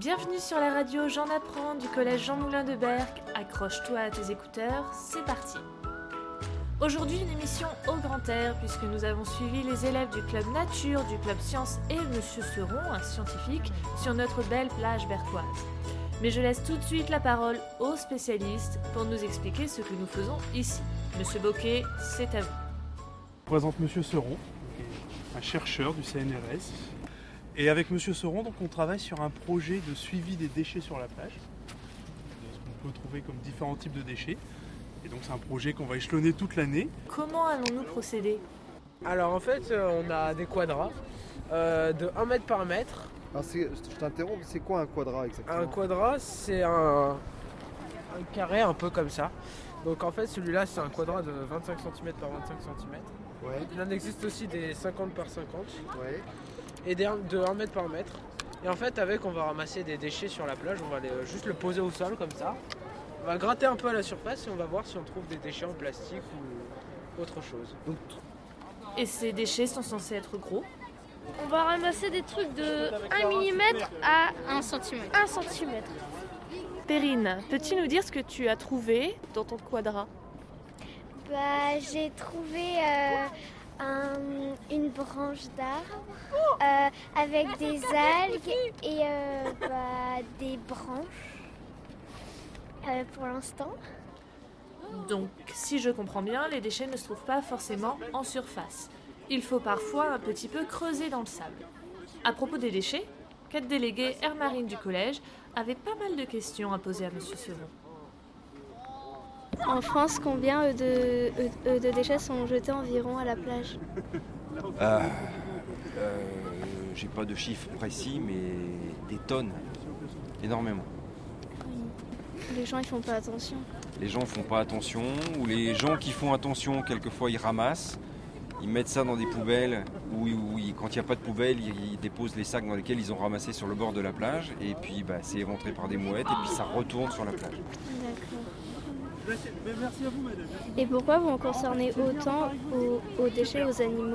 Bienvenue sur la radio J'en apprends du collège Jean Moulin de Berck. Accroche-toi à tes écouteurs, c'est parti. Aujourd'hui, une émission au grand air puisque nous avons suivi les élèves du club nature, du club sciences et Monsieur Seron, un scientifique, sur notre belle plage berthoise. Mais je laisse tout de suite la parole aux spécialistes pour nous expliquer ce que nous faisons ici. Monsieur Bocquet, c'est à vous. Je présente Monsieur Seron, un chercheur du CNRS. Et avec Monsieur Seron, donc, on travaille sur un projet de suivi des déchets sur la plage, de ce qu'on peut trouver comme différents types de déchets. Et donc c'est un projet qu'on va échelonner toute l'année. Comment allons-nous procéder ? Alors en fait, on a des quadras de 1 mètre par mètre. Alors je t'interromps, c'est quoi un quadra exactement ? Un quadra, c'est un carré un peu comme ça. Donc en fait, celui-là, c'est un quadra de 25 cm par 25 cm. Ouais. Il en existe aussi des 50 par 50 Ouais. et de 1 mètre par mètre. Et en fait, avec, on va ramasser des déchets sur la plage. On va juste le poser au sol comme ça. On va gratter un peu à la surface et on va voir si on trouve des déchets en plastique ou autre chose. Et ces déchets sont censés être gros ? On va ramasser des trucs de 1 mm à 1 cm. 1 cm. Perrine, peux-tu nous dire ce que tu as trouvé dans ton quadra ? J'ai trouvé une branche d'arbre avec des algues et des branches pour l'instant. Donc, si je comprends bien, les déchets ne se trouvent pas forcément en surface. Il faut parfois un petit peu creuser dans le sable. À propos des déchets, 4 délégués air marine du collège avaient pas mal de questions à poser à Monsieur Seron. En France, combien de déchets sont jetés environ à la plage ? J'ai pas de chiffre précis, mais des tonnes. Énormément. Les gens, ils font pas attention. Les gens font pas attention, ou les gens qui font attention, quelquefois ils ramassent, ils mettent ça dans des poubelles, ou quand il n'y a pas de poubelle, ils déposent les sacs dans lesquels ils ont ramassé sur le bord de la plage, et puis c'est éventré par des mouettes, et puis ça retourne sur la plage. D'accord. Merci à vous, madame. Et pourquoi vous en concernez autant aux déchets et aux animaux ?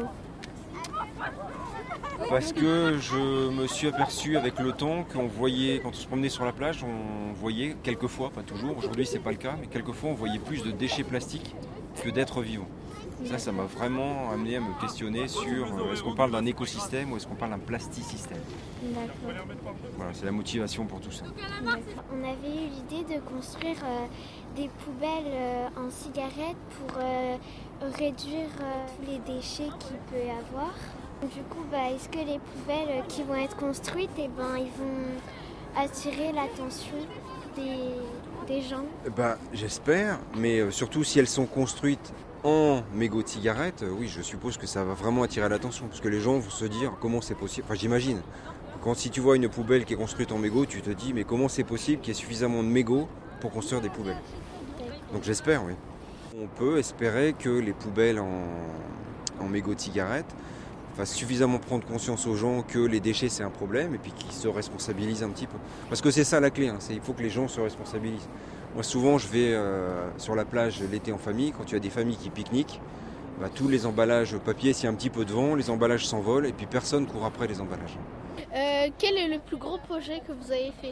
Parce que je me suis aperçu avec le temps qu'on voyait, quand on se promenait sur la plage, on voyait quelquefois, pas toujours, aujourd'hui c'est pas le cas, mais quelquefois on voyait plus de déchets plastiques que d'êtres vivants. Ça m'a vraiment amené à me questionner sur est-ce qu'on parle d'un écosystème ou est-ce qu'on parle d'un plasticystème. D'accord. Voilà, c'est la motivation pour tout ça. On avait eu l'idée de construire des poubelles en cigarettes pour réduire tous les déchets qu'il peut y avoir. Du coup, est-ce que les poubelles qui vont être construites, ils vont attirer l'attention des gens ? J'espère, mais surtout si elles sont construites en mégots de cigarettes, oui, je suppose que ça va vraiment attirer l'attention, parce que les gens vont se dire comment c'est possible. Enfin, j'imagine. Si tu vois une poubelle qui est construite en mégots, tu te dis mais comment c'est possible qu'il y ait suffisamment de mégots pour construire des poubelles ? Donc j'espère, oui. On peut espérer que les poubelles en mégots de cigarettes fassent suffisamment prendre conscience aux gens que les déchets c'est un problème et puis qu'ils se responsabilisent un petit peu. Parce que c'est ça la clé, il faut que les gens se responsabilisent. Moi souvent je vais sur la plage l'été en famille, quand tu as des familles qui pique-niquent, tous les emballages papier, s'il y a un petit peu de vent, les emballages s'envolent et puis personne court après les emballages. Quel est le plus gros projet que vous avez fait ?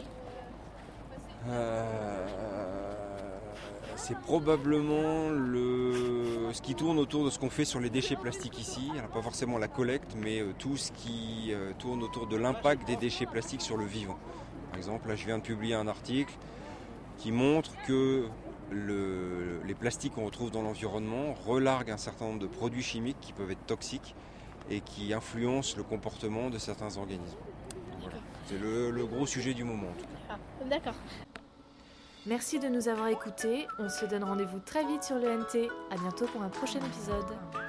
C'est probablement ce qui tourne autour de ce qu'on fait sur les déchets plastiques ici. Alors, pas forcément la collecte, mais tout ce qui tourne autour de l'impact des déchets plastiques sur le vivant. Par exemple, là je viens de publier un article qui montre que les plastiques qu'on retrouve dans l'environnement relarguent un certain nombre de produits chimiques qui peuvent être toxiques et qui influencent le comportement de certains organismes. Voilà. C'est le gros sujet du moment en tout cas. Ah, d'accord. Merci de nous avoir écoutés. On se donne rendez-vous très vite sur le NT. À bientôt pour un prochain épisode.